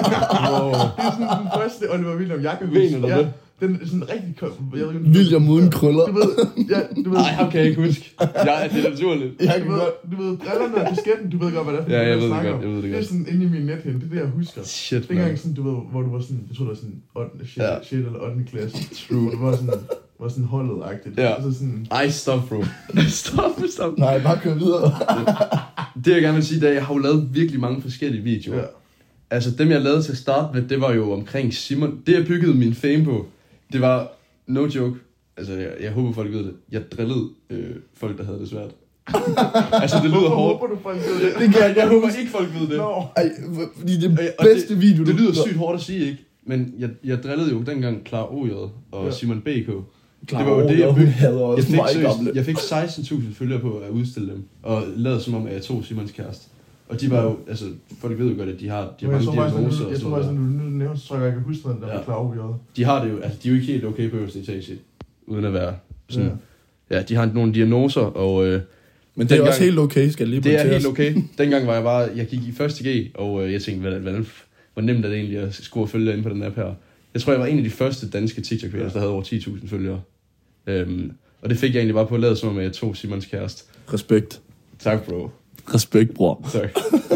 Speaker 1: er sådan den første Oliver William, jeg kan huske.
Speaker 2: Eller
Speaker 1: ja, den er sådan rigtig... Jeg ved,
Speaker 3: William uden krøller.
Speaker 1: Du ved, ja, du ved...
Speaker 2: Nej, ham kan jeg ikke huske. Ja, det er naturligt.
Speaker 3: Jeg
Speaker 1: Du
Speaker 3: kan
Speaker 1: ved,
Speaker 3: godt.
Speaker 1: du ved, brillerne og kasketten, du ved godt, hvad det er for
Speaker 2: Ja,
Speaker 1: noget,
Speaker 2: jeg ved det
Speaker 1: snakker
Speaker 2: godt, jeg ved det
Speaker 1: om.
Speaker 2: godt.
Speaker 1: Det er sådan inde i min nethinde, det er det, jeg husker.
Speaker 2: Shit,
Speaker 1: Dengang
Speaker 2: man.
Speaker 1: sådan, du ved, hvor du var sådan, jeg tror det var sådan ottende shit,
Speaker 2: Ja.
Speaker 1: shit eller ottende klasse. True. Hvor du var sådan, var sådan holdet-agtigt.
Speaker 2: Ja.
Speaker 1: Altså sådan,
Speaker 2: Ej, stop, bro. stop, stop.
Speaker 3: Nej, bare kør videre.
Speaker 2: Det jeg gerne vil sige, det er, at jeg har jo lavet virkelig mange forskellige videoer.
Speaker 1: ja.
Speaker 2: Altså dem jeg lavede til at starte med, det var jo omkring Simon. Det jeg byggede min fame på, det var no joke. Altså jeg, jeg håber folk ved det. Jeg drillede øh, folk der havde det svært. altså det lyder
Speaker 1: Hvorfor
Speaker 2: hårdt.
Speaker 1: håber du folk ved det?
Speaker 3: Det kan jeg,
Speaker 2: Jeg
Speaker 3: jeg
Speaker 2: håber ikke folk ved det.
Speaker 1: Nå.
Speaker 3: Ej, fordi det er
Speaker 2: Og
Speaker 3: bedste
Speaker 2: det,
Speaker 3: video,
Speaker 2: Det
Speaker 3: du-
Speaker 2: lyder sygt hårdt at sige, ikke? Men jeg, jeg drillede jo dengang Clara O J og
Speaker 1: Ja.
Speaker 2: Simon B K.
Speaker 3: Klar,
Speaker 2: det var jo det, jeg
Speaker 3: hun
Speaker 2: byggede.
Speaker 3: hader
Speaker 2: Jeg
Speaker 3: også
Speaker 2: fik,
Speaker 3: mig
Speaker 2: seriøst,
Speaker 3: gamle.
Speaker 2: jeg fik seksten tusind følgere på at udstille dem, og lavede som om, at jeg tog Simons kæreste. Og de var jo, altså, folk ved jo godt, at de har, de har
Speaker 1: Jeg
Speaker 2: mange
Speaker 1: tror faktisk,
Speaker 2: diagnoser
Speaker 1: at
Speaker 2: og
Speaker 1: jeg
Speaker 2: sådan
Speaker 1: tror faktisk,
Speaker 2: noget.
Speaker 1: at du nu nævnte, så tror jeg, jeg kan huske den der
Speaker 2: Ja.
Speaker 1: med Clara O J.
Speaker 2: De har det jo, altså, de er jo ikke helt okay på øverste etage, uden at være sådan.
Speaker 1: Ja.
Speaker 2: Ja, de har nogle diagnoser, og øh,
Speaker 3: Men det er
Speaker 2: dengang-
Speaker 3: også helt okay, skal jeg lige
Speaker 2: det er
Speaker 3: pointeres.
Speaker 2: helt okay. Dengang var jeg bare, jeg gik i første G, og øh, jeg tænkte, hvad, hvordan, hvor nemt er det egentlig at score følgere ind på den app her. Jeg tror, jeg var en af de første danske TikTok-videoer, der havde over ti tusind følgere. Øhm, og det fik jeg egentlig bare på at lade, som om jeg tog Simons kæreste.
Speaker 3: Respekt.
Speaker 2: Tak, bro.
Speaker 3: Respekt, bror.
Speaker 2: Tak.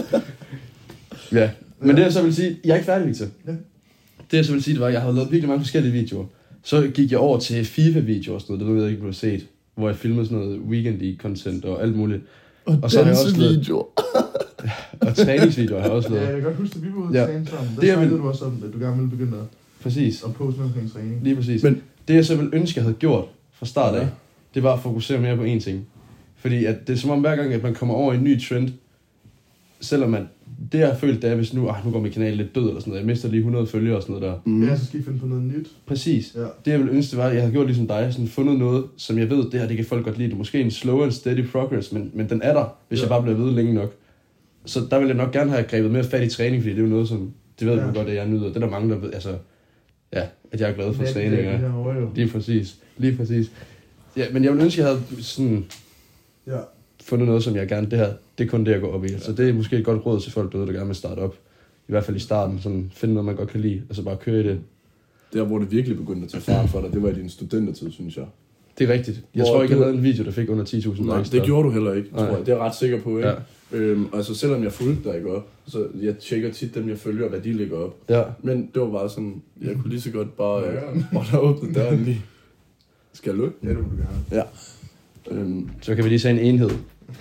Speaker 2: ja, men det jeg så vil sige, jeg er ikke færdig, Victor.
Speaker 1: Ja.
Speaker 2: Det jeg så vil sige, det var, at jeg havde lavet virkelig mange forskellige videoer. Så gik jeg over til FIFA-videoer og sådan noget, det ved jeg ikke, om du har set. Hvor jeg filmede sådan noget Weekend League-content og alt muligt.
Speaker 3: Og,
Speaker 2: Og så har jeg også lavet-
Speaker 3: videoer.
Speaker 2: Og træningsvideoer har jeg også
Speaker 1: Ja,
Speaker 2: lavet.
Speaker 1: jeg kan godt huske, at vi var ude
Speaker 2: Ja.
Speaker 1: at træne sammen. Der
Speaker 2: Det er
Speaker 1: snakkede
Speaker 2: vel-
Speaker 1: du også om, at du gerne ville begynde at,
Speaker 2: Præcis.
Speaker 1: at poste noget omkring træning.
Speaker 2: Lige præcis.
Speaker 3: Men-
Speaker 2: Men det jeg så ville ønske, jeg havde gjort fra start af,
Speaker 3: Ja.
Speaker 2: det var at fokusere mere på én ting. Fordi at det er som om hver gang, at man kommer over i en ny trend, selvom at det jeg har følt, det er, hvis nu, ah, nu går min kanal lidt død eller sådan noget, jeg mister lige hundrede følgere og sådan noget der.
Speaker 3: Mm.
Speaker 1: Ja, så skal I finde på noget nyt.
Speaker 2: Præcis.
Speaker 1: Ja.
Speaker 2: Det jeg ville ønske, det var, at jeg havde gjort ligesom dig, sådan fundet noget, som jeg ved, det her, det kan folk godt lide. Det er måske en slow and steady progress, men, men den er der, hvis
Speaker 1: Ja.
Speaker 2: jeg bare bliver ved længe nok. Så der vil jeg nok gerne have grebet mere fat i træning, fordi det er jo noget, som, det ved
Speaker 1: Ja.
Speaker 2: du godt, at jeg nyder. Det er der mange, der ved, altså, ja, at jeg er glad for
Speaker 1: Det er
Speaker 2: træning.
Speaker 1: det
Speaker 2: Ja.
Speaker 1: herovre jo.
Speaker 2: Lige præcis. Lige præcis. Ja, men jeg ville ønske, at jeg havde sådan
Speaker 1: Ja.
Speaker 2: fundet noget, som jeg gerne, det her, det er kun det, jeg går op i. Ja. Så det er måske et godt råd til folk derude, der gerne vil starte op. I hvert fald i starten, sådan finde noget, man godt kan lide, og så bare køre i det.
Speaker 3: Der, hvor det virkelig begyndte at tage fart for dig, det var i din studentertid, synes jeg.
Speaker 2: Det er rigtigt. Jeg
Speaker 3: Hvor
Speaker 2: tror ikke, jeg
Speaker 3: du-
Speaker 2: lavede en video, der fik under ti tusind
Speaker 3: Nej,
Speaker 2: likes.
Speaker 3: det
Speaker 2: der.
Speaker 3: gjorde du heller ikke, tror
Speaker 2: Nej.
Speaker 3: jeg. Det er jeg ret sikker på, ikke?
Speaker 2: Ja.
Speaker 3: Øhm, altså, selvom jeg fulgte dig, ikke også? Så jeg tjekker tit dem, jeg følger, hvad de lægger op.
Speaker 2: Ja.
Speaker 3: Men det var bare sådan, jeg kunne lige så godt bare... Øh,
Speaker 1: Ja.
Speaker 3: og der åbnede døren lige. Skal jeg lukke?
Speaker 1: Ja, det må du gerne.
Speaker 3: Ja. Øhm,
Speaker 2: Så kan vi lige sige en enhed.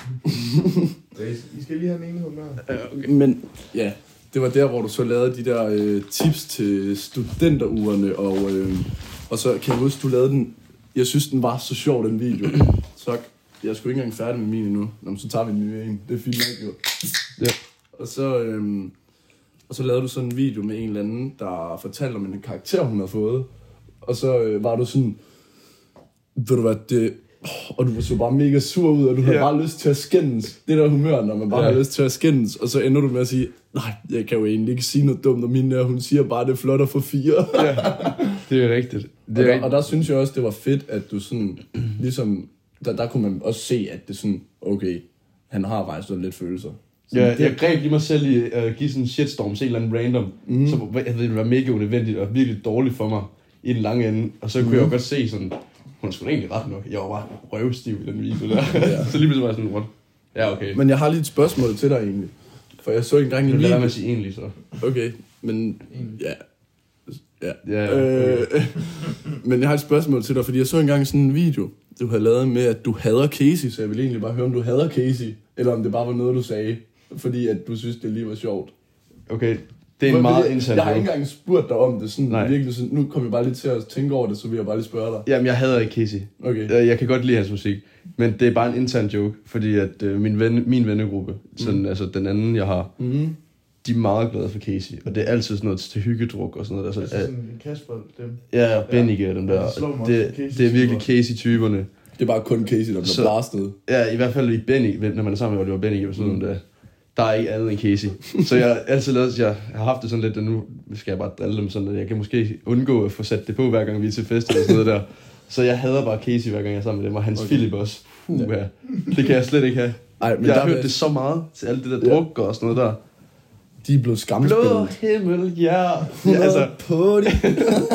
Speaker 1: I skal lige have en enhed mere.
Speaker 2: Okay.
Speaker 3: men ja, det var der, hvor du så lavede de der øh, tips til studenterugerne, og, øh, og så kan jeg huske, du lavede den... Jeg synes, den var så sjov, den video. Så jeg er sgu ikke engang færdig med min endnu. Nå, men så tager vi en ny en. Det er fint nok, jo.
Speaker 2: Ja.
Speaker 3: Og så, øhm, og så lavede du sådan en video med en eller anden, der fortalte om en karakter, hun havde fået. Og så øh, var du sådan, ved du hvad, det... Og du så bare mega sur ud, og du havde
Speaker 2: Ja.
Speaker 3: bare lyst til at skændes. Det der humør, når man bare
Speaker 2: Ja.
Speaker 3: har lyst til at skændes. Og så ender du med at sige, nej, jeg kan jo egentlig ikke sige noget dumt om hende der. Hun siger bare, det er flot at få fire.
Speaker 2: Ja, det er rigtigt. Det
Speaker 3: Og
Speaker 2: er
Speaker 3: der,
Speaker 2: rigtigt.
Speaker 3: og der synes jeg også, det var fedt, at du sådan, ligesom, der, der kunne man også se, at det sådan, okay, han har faktisk sådan lidt følelser. Så
Speaker 2: Ja,
Speaker 3: det,
Speaker 2: jeg greb lige mig selv i at give sådan en shitstorm til en eller anden random, mm. som jeg ved, det var mega unødvendigt og virkelig dårligt for mig i den lange ende. Og så kunne mm. jeg jo godt se sådan, hun skulle egentlig ret nok. Jeg var bare røvstiv i den video der. Ja. Så lige pludselig var jeg sådan, what? Ja, okay.
Speaker 3: Men jeg har lige et spørgsmål til dig egentlig. For jeg så engang
Speaker 2: Jeg
Speaker 3: en
Speaker 2: vil lade være
Speaker 3: video.
Speaker 2: med at sige egentlig så.
Speaker 3: Okay, men ja. Ja.
Speaker 2: Ja,
Speaker 3: Øh, men jeg har et spørgsmål til dig, fordi jeg så engang sådan en video, du havde lavet med, at du hader Casey, så jeg vil egentlig bare høre, om du hader Casey, eller om det bare var noget, du sagde, fordi at du synes, det lige var sjovt.
Speaker 2: Okay, det er en meget
Speaker 3: jeg,
Speaker 2: indsat
Speaker 3: jeg har
Speaker 2: joke.
Speaker 3: ikke engang spurgt dig om det, sådan
Speaker 2: Nej.
Speaker 3: virkelig sådan, nu kommer jeg bare lige til at tænke over det, så vil jeg bare lige spørge dig.
Speaker 2: Jamen, jeg hader ikke Casey.
Speaker 3: Okay.
Speaker 2: Jeg, jeg kan godt lide hans musik, men det er bare en intern joke, fordi at øh, min, ven, min vennegruppe, sådan, altså den anden, jeg har,
Speaker 3: Mm.
Speaker 2: de er meget glade for Casey, og det er altid sådan noget til hyggedruk og sådan noget. Der,
Speaker 1: altså sådan en Kasper, dem.
Speaker 2: Ja, og Benny og dem der. Det, det er virkelig Casey-typerne.
Speaker 3: Det er bare kun Casey, der bliver blastet.
Speaker 2: Ja, i hvert fald i Benny, når man er sammen med Oliver Benny og sådan mm. noget. Der er ikke andet end Casey. Så jeg har altid lavet, jeg har haft det sådan lidt, og nu skal jeg bare drille dem sådan, at jeg kan måske undgå at få sat det på, hver gang vi er til fest eller sådan noget der. Så jeg hader bare Casey, hver gang jeg er sammen med dem, og hans okay. Philip også. Uh, ja. Det kan jeg slet ikke have. Ej, men jeg har hørt vil... det så meget til alt det der ja. druk og sådan noget der.
Speaker 3: De er blevet skamspillet.
Speaker 2: Blå himmel, ja. ja altså.
Speaker 3: På det.
Speaker 1: Nej, det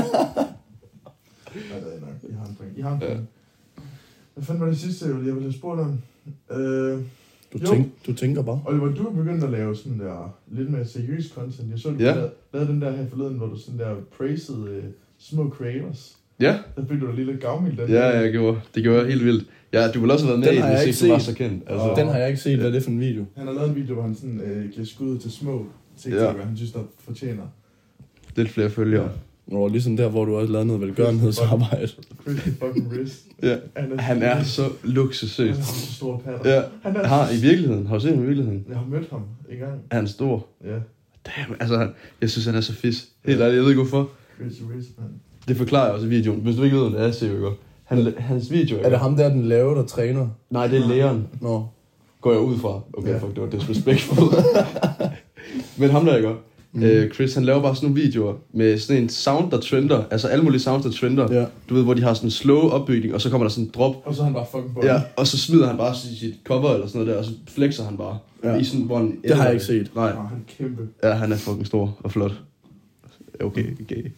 Speaker 1: er nok. I har en point. I har en point. Hvad fanden var det sidste, jeg ville have spurgt om? Øh...
Speaker 3: Du, tænk, du tænker bare.
Speaker 1: Oliver, du er begyndt at lave sådan der lidt mere seriøs content. Jeg så, du
Speaker 2: ja.
Speaker 1: lavede, lavede den der her forleden, hvor du sådan der praised uh, små creators.
Speaker 2: Ja.
Speaker 1: Der fik du da lige lidt gavmild.
Speaker 2: Ja, der. jeg gjorde. Det gjorde jeg helt vildt. Ja, du ville også have været med i, hvis ikke du var så kendt.
Speaker 3: Altså. Den har jeg ikke set. Hvad er det for en video?
Speaker 1: Han har lavet en video, hvor han sådan uh, giver skud til små TikTok'ere, ja. han synes, der fortjener.
Speaker 2: Lidt flere følgere.
Speaker 3: Ja. Og ligesom der, hvor du også lavede noget velgørenhedsarbejde.
Speaker 1: Chris fucking wrist.
Speaker 2: Ja. Han er, han er så luksusøs.
Speaker 1: Han har så store patter.
Speaker 2: Ja. Han er har i virkeligheden. Har du set ham i virkeligheden?
Speaker 1: Jeg har mødt ham en gang.
Speaker 2: Han er stor.
Speaker 1: Ja.
Speaker 2: Damn, altså han, jeg synes han er så fis. Helt ærligt, jeg ved ikke hvorfor.
Speaker 1: Chris wrist, man.
Speaker 2: Det forklarer jeg også i videoen. Hvis du ikke ved, hvad det er, ser vi godt. Han, hans video
Speaker 3: er det ham der, den lave, der træner?
Speaker 2: Nej, det er læreren.
Speaker 3: Nå. No.
Speaker 2: Går jeg ud fra. Okay, ja. Fuck, det var disrespectful. Men ham der, jeg gør. Mm. Øh, Chris, han laver bare sådan nogle videoer med sådan en sound, der trender. Altså alle mulige sounds, der trender. Ja. Du ved, hvor de har sådan en slow opbygning, og så kommer der sådan en drop.
Speaker 1: Og så er han bare fucking på.
Speaker 2: Ja, og så smider han bare sit cover eller sådan noget der, og så flexer han bare.
Speaker 3: Ja.
Speaker 2: I sådan, hvor han,
Speaker 3: det har jeg ikke set.
Speaker 2: Nej.
Speaker 1: Ja, han er kæmpe.
Speaker 2: Ja, han er fucking stor og flot. Okay, okay.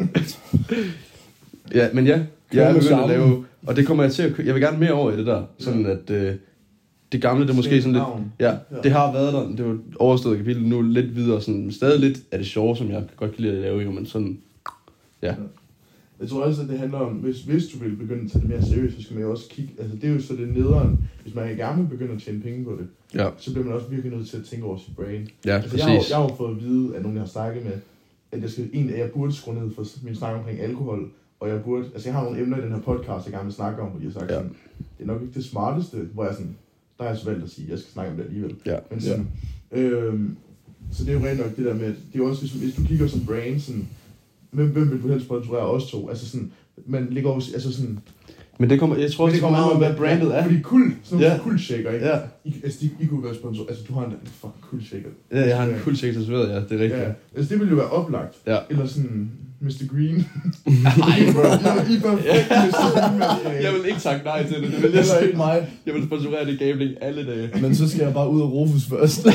Speaker 2: Ja, men ja, jeg er begyndt at lave, og det kommer jeg til at jeg vil gerne mere over i det der, sådan at øh, det gamle, det er måske sådan lidt, ja, det har været der, det var overstået kapitel, nu lidt videre, sådan, stadig lidt af det sjove, som jeg godt kan lide at lave, jo, men sådan, ja.
Speaker 1: Jeg tror også, at det handler om, hvis, hvis du vil begynde at tage det mere seriøst, så skal man jo også kigge, altså det er jo så det nederen, hvis man gerne vil begynde at tjene penge på det,
Speaker 2: ja.
Speaker 1: Så bliver man også virkelig nødt til at tænke over sit brain.
Speaker 2: Ja,
Speaker 1: altså, jeg, har, jeg har fået at vide af nogen, jeg har snakket med, at jeg, skal, egentlig, at jeg burde skrue ned for min snak omkring alkohol, og jeg burde, altså jeg har nogle emner i den her podcast, jeg gerne vil snakke om, hvor de har sagt ja. Sådan, det er nok ikke det smarteste, hvor jeg sådan, der har jeg så valgt at sige, at jeg skal snakke om det alligevel.
Speaker 2: Ja.
Speaker 1: Men sådan, ja. øhm, så det er jo rent nok det der med, det er jo også, hvis, hvis du kigger som brain, sådan, hvem, hvem vil du helst sponsorere os to? Altså sådan, man ligger over, altså sådan...
Speaker 2: Men det kommer, jeg tror også, det kommer an på, hvad brandet er.
Speaker 1: Fordi kult, sådan nogle
Speaker 2: ja.
Speaker 1: kuldshaker, ikke?
Speaker 2: Ja.
Speaker 1: I, altså, de, I kunne være sponsor, altså du har en fucking kuldshaker.
Speaker 2: Ja, jeg har en kuldshaker tatoveret, ja, det er rigtigt.
Speaker 1: Ja, altså det ville jo være oplagt.
Speaker 2: Ja.
Speaker 1: Eller sådan, mister Green. Nej, bro. Jeg, I bare fik mister Green.
Speaker 2: Jeg vil ikke takke nej til det. Det
Speaker 3: vil heller ikke mig.
Speaker 2: Jeg vil sponsorere det gambling alle dage.
Speaker 3: Men så skal jeg bare ud af Rufus først.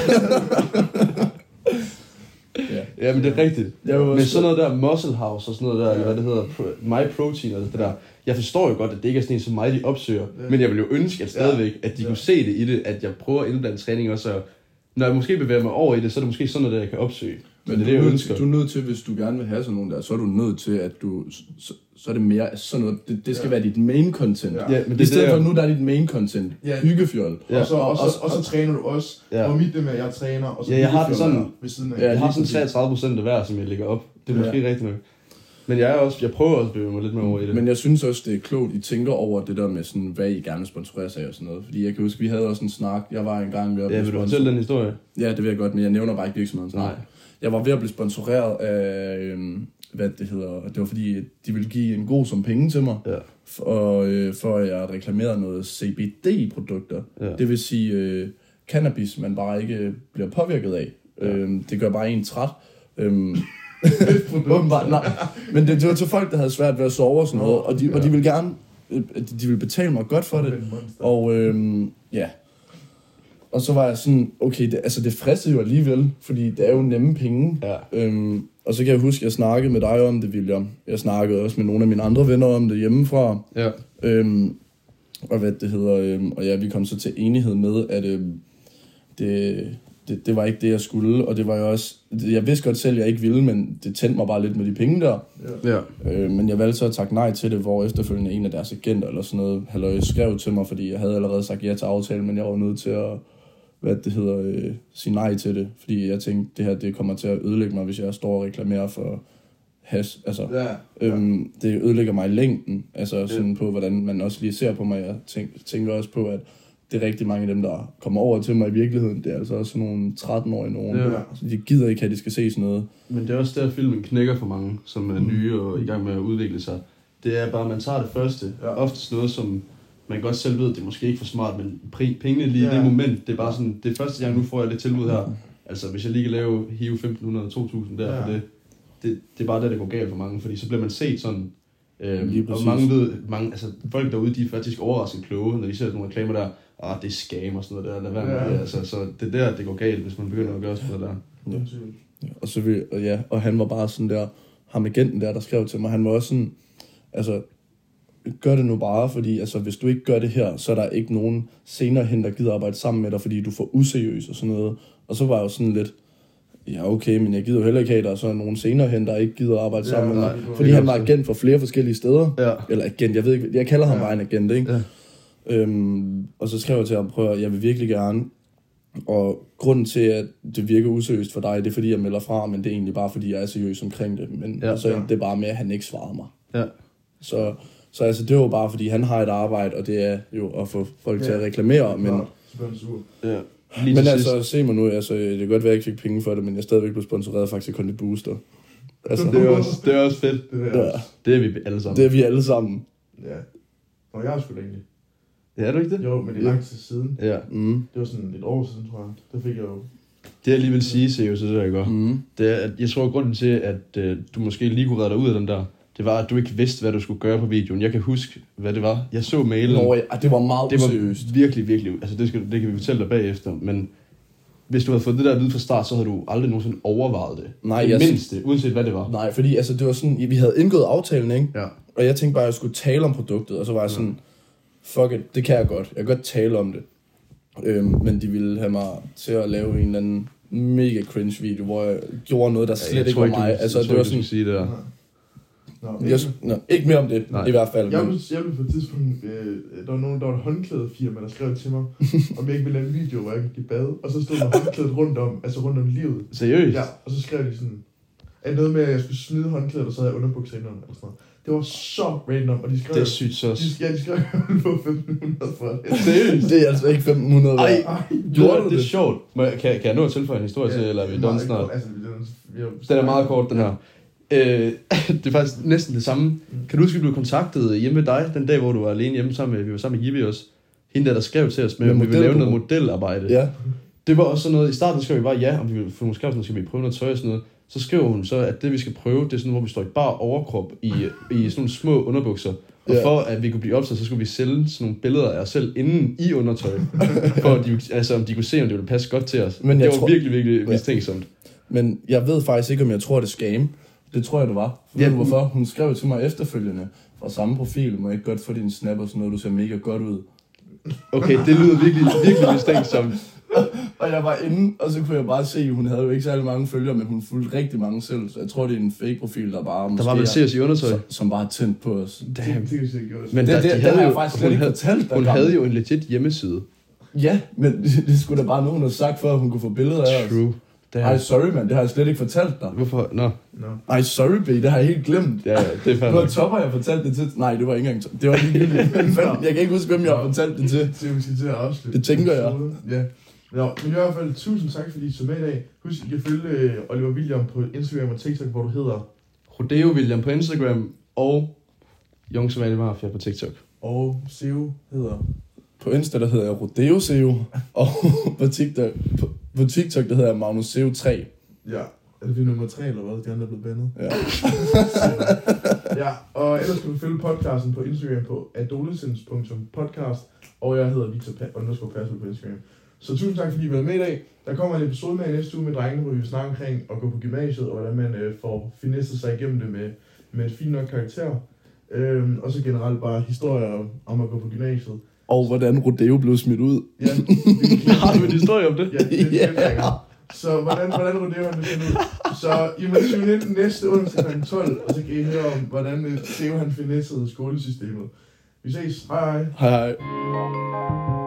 Speaker 2: Ja. Ja, men det er rigtigt. Men sådan noget der Muscle House og sådan noget der, ja. Hvad det hedder, My Protein og det der. Jeg forstår jo godt, at det ikke er sådan en som mig, de opsøger. Ja. Men jeg vil jo ønske at stadigvæk, at de ja. Kunne se det i det, at jeg prøver at indblande træning også. Og når jeg måske bevæger mig over i det, så er det måske sådan noget, der jeg kan opsøge.
Speaker 3: Men, men det er det, jeg ønsker. Du er nødt til, hvis du gerne vil have sådan nogen der, så er du nødt til, at du, så, så er det mere sådan noget, det, det skal ja. Være dit main content. Ja. Ja, men det, I stedet det, for nu, der er dit main content, ja. Hyggefjold.
Speaker 1: Ja. Og, så, og, og, og, og så træner du også, ja. Og mit det med, at jeg træner, og så
Speaker 2: ja, jeg har det sådan,
Speaker 1: ved siden af.
Speaker 2: Ja, jeg har sådan treogtredive procent af hver, som jeg lægger op. Det er måske ja. Rigtigt nok. Men jeg, er også, jeg prøver også at bevæge mig lidt mere over i det.
Speaker 3: Men jeg synes også, det er klogt, I tænker over det der med, sådan, hvad I gerne sponsorerer sig og sådan noget. Fordi jeg kan huske, vi havde også en snak. Jeg var engang ved at
Speaker 2: blive ja, vil du fortælle den historie?
Speaker 3: Ja, det vil jeg godt, men jeg nævner bare ikke virksomheden. Nej. Jeg var ved at blive sponsoreret af, øhm, hvad det hedder, det var fordi, de ville give en god sum penge til mig, ja. for, øh, for at jeg reklamerede noget C B D-produkter. Ja. Det vil sige øh, cannabis, man bare ikke bliver påvirket af. Ja. Øhm, det gør bare en træt. Øhm, Åbenbart, nej. Men det, det var til folk, der havde svært ved at sove og sådan noget, og de, ja. Og de ville gerne, de ville betale mig godt for det, og øhm, ja. Og så var jeg sådan, okay, det, altså det fristede jo alligevel, fordi det er jo nemme penge. Ja. Øhm, og så kan jeg huske, at jeg snakkede med dig om det, William. Jeg snakkede også med nogle af mine andre venner om det hjemmefra. Ja. Øhm, og hvad det hedder, øhm, og ja, vi kom så til enighed med, at øhm, det... Det, det var ikke det, jeg skulle, og det var jo også... Jeg vidste godt selv, at jeg ikke ville, men det tændte mig bare lidt med de penge der. Ja. Øh, men jeg valgte så at takke nej til det, hvor efterfølgende en af deres agenter eller sådan noget, halløj, skrev til mig, fordi jeg havde allerede sagt ja til aftalen, men jeg var nødt til at, hvad det hedder, øh, sige nej til det. Fordi jeg tænkte, det her det kommer til at ødelægge mig, hvis jeg står og reklamerer for has. Altså, ja. øhm, det ødelægger mig i længden, altså sådan ja. På, hvordan man også lige ser på mig. Jeg tænker, tænker også på, at det er rigtig mange af dem, der kommer over til mig i virkeligheden. Det er altså også sådan nogle tretten-årige nogen.
Speaker 2: Ja.
Speaker 3: Så de gider ikke, at de skal se sådan noget.
Speaker 2: Men det er også der, filmen knækker for mange, som er nye og i gang med at udvikle sig. Det er bare, at man tager det første. Ja. Oftest noget, som man godt selv ved, det er måske ikke for smart, men pengene lige i ja. det moment, det er bare sådan, det er første gang, nu får jeg det tilbud her. Altså, hvis jeg lige kan lave hive femten hundrede to tusind der ja. for det, det, det er bare der, det går galt for mange, fordi så bliver man set sådan. Øhm, og mange ved, mange, altså folk derude, de er faktisk overraskende kloge, når de ser nogle reklamer der, ah, det er scam og sådan noget der, lad være med ja. det, altså, så det er der, det går galt, hvis man begynder at gøre sådan noget der.
Speaker 3: Ja. Ja. Og så vil, og ja, og han var bare sådan der, ham agenten der, der skrev til mig, han var også sådan, altså, gør det nu bare, fordi altså, hvis du ikke gør det her, så er der ikke nogen senere hen, der gider arbejde sammen med dig, fordi du får useriøs og sådan noget. Og så var jeg jo sådan lidt, ja okay, men jeg gider jo heller ikke have, der er så nogen senere hen, der ikke gider arbejde ja, sammen med mig. Fordi han var agent for flere forskellige steder. Ja. Eller agent, jeg ved ikke, jeg kalder ham ja. bare en agent, ikke? Ja. Øhm, og så skrev jeg til ham, prøv at jeg vil virkelig gerne. Og grunden til, at det virker useriøst for dig, det er fordi, jeg melder fra, men det er egentlig bare fordi, jeg er seriøs omkring det. Men ja, så ja. det er bare med, at han ikke svarer mig. Ja. Så, så altså, det var bare fordi, han har et arbejde, og det er jo at få folk ja. til at reklamere, men... Ja. Lige men altså, se mig nu, altså, det kan godt være, at jeg ikke fik penge for det, men jeg stadigvæk blev sponsoreret faktisk af Kondi Booster.
Speaker 2: Altså, det, er også, det er også fedt. Det er, ja. det er vi alle sammen.
Speaker 3: Det er vi alle sammen.
Speaker 1: Ja. Og jeg er sgu da egentlig.
Speaker 2: Ja, er du ikke det?
Speaker 1: Jo, men det er lang tid siden.
Speaker 2: Ja.
Speaker 1: Mm. Det var sådan et år siden, tror jeg. Der fik jeg jo...
Speaker 2: Det jeg lige vil sige, seriøst, det der jeg gør, mm. det er, at jeg tror, at grunden til, at uh, du måske lige kunne redde dig ud af den der, det var, at du ikke vidste, hvad du skulle gøre på videoen. Jeg kan huske, hvad det var. Jeg så mailen.
Speaker 3: Nå, ja, det var meget
Speaker 2: det var
Speaker 3: seriøst.
Speaker 2: virkelig, virkelig... Altså, det, skal, det kan vi fortælle dig bagefter, men... Hvis du havde fået det der at vide fra start, så havde du aldrig nogensinde overvejet det.
Speaker 3: Nej,
Speaker 2: det
Speaker 3: jeg
Speaker 2: mindste, uanset hvad det var.
Speaker 3: Nej, fordi altså, det var sådan, vi havde indgået aftalen, ikke?
Speaker 2: Ja.
Speaker 3: Og jeg tænkte bare, at jeg skulle tale om produktet, og så var jeg sådan, fuck it, det kan jeg godt. Jeg kan godt tale om det. Øhm, men de ville have mig til at lave en eller anden mega cringe video, hvor jeg gjorde noget, der slet ja, ikke var mig.
Speaker 2: Du, altså, det var sådan, sige det der.
Speaker 3: Nå, jeg, nå, ikke mere om det, nej. I hvert fald.
Speaker 1: Jeg ville, jeg ville på et tidspunkt, øh, der var nogen, der var et håndklædefirma, der skrev til mig, om jeg ikke ville lave en video, hvor jeg gik i bad, og så stod der håndklædet rundt om, altså rundt om livet.
Speaker 2: Seriøst?
Speaker 1: Ja, og så skrev de sådan, at noget med, at jeg skulle smide håndklædet, og så havde jeg underbukser indenunder, eller sådan noget. Det var så random, og de skrev...
Speaker 2: Det er sygt så.
Speaker 1: De, ja, de skrev, at jeg ville få femten hundrede for det.
Speaker 3: Seriøst? Det er altså ikke femten hundrede.
Speaker 2: Ej, ej, gjorde du det? Det er sjovt. Må jeg, kan, kan jeg nå at tilføje en historie ja, til, eller er vi done snart? Altså, den er meget kort, den her. Øh, det er faktisk næsten det samme. Mm. Kan du huske, at vi blev kontaktet hjemme ved dig, den dag, hvor du var alene hjemme sammen med, vi var sammen med Jibbi også. Hende der, der skrev til os med, om vi ville lave noget modelarbejde. Ja. Det var også sådan noget, i starten skrev vi bare ja, om vi ville, for hun skrev sådan, skal vi prøve noget tøj og sådan noget. Så skriver hun så, at det vi skal prøve, det er sådan, hvor vi står i bare overkrop i, i sådan nogle små underbukser. Og ja. For at vi kunne blive optaget, så skulle vi sælge sådan nogle billeder af os selv inden i undertøj. For at de, altså, om de kunne se, om det ville passe godt til os. Men det var tror... virkelig, virkelig ja. mistænksomt.
Speaker 3: Men jeg ved faktisk ikke, om jeg tror, det er scam. Det tror jeg, det var. Ved ja. du hvorfor? Hun skrev til mig efterfølgende fra samme profil. Må jeg ikke godt få din snap og sådan noget, du ser mega godt ud.
Speaker 2: Okay, det lyder virkelig, virkelig mistænksomt.
Speaker 3: Og jeg var inde, og så kunne jeg bare se, at hun havde jo ikke særlig mange følgere, men hun fulgte rigtig mange selv. Så jeg tror, det er en fake-profil, der bare...
Speaker 2: Der var vel se os i undertøj.
Speaker 3: Som, som bare tændt på os.
Speaker 1: Damn. Det, det, det,
Speaker 3: men det, det, de det har jeg faktisk slet ikke fortalt.
Speaker 2: Hun havde jo en legit hjemmeside.
Speaker 3: Ja, men det, det skulle da bare nogen have sagt, for at hun kunne få billeder af os. True. Ej, sorry, man. Det har jeg slet ikke fortalt dig.
Speaker 2: Hvorfor? Nå.
Speaker 1: No.
Speaker 3: Ej, sorry, B. Det har jeg helt glemt.
Speaker 2: Ja, det er fandme.
Speaker 3: Nu har Topper, jeg fortalt det til. Nej, det var ikke engang. Det var lige gyldigt. Jeg kan ikke huske, hvem jeg har fortalt det til.
Speaker 1: Det vi skal til at afslutte.
Speaker 3: Det tænker jeg.
Speaker 1: Ja. Nå, men i hvert fald tusind tak, fordi I så med i dag. Husk, I kan følge Oliver William på Instagram og TikTok, hvor du hedder...
Speaker 2: Rodeo William på Instagram og Young Somali Mafia på TikTok.
Speaker 1: Og S E O hedder...
Speaker 3: På Insta, der hedder jeg Rodeo S E O, og på TikTok, på, på TikTok, der hedder jeg Magnus S E O tre.
Speaker 1: Ja, er det nummer tre eller hvad? De andre er blevet bandet.
Speaker 3: Ja.
Speaker 1: Ja, og ellers kan du følge podcasten på Instagram på adolescence punktum podcast, og jeg hedder Victor pa- underscore Persson på Instagram. Så tusind tak, fordi I var med i dag. Der kommer en episode med i næste uge med drengene, hvor vi vil snakke omkring at gå på gymnasiet, og hvordan man øh, får finesset sig igennem det med, med et fint nok karakter. Øhm, og så generelt bare historier om at gå på gymnasiet.
Speaker 3: Og hvordan Rodeo blev smidt ud.
Speaker 1: Ja,
Speaker 2: har du en historie om det?
Speaker 1: Ja, det er yeah. Så hvordan, hvordan Rodeo han blev smidt ud. Så I må tune ind næste onsdag kl tolv, og så kan I høre om, hvordan Rodeo han finessede skolesystemet. Vi ses. Hej hej.
Speaker 3: Hej hej.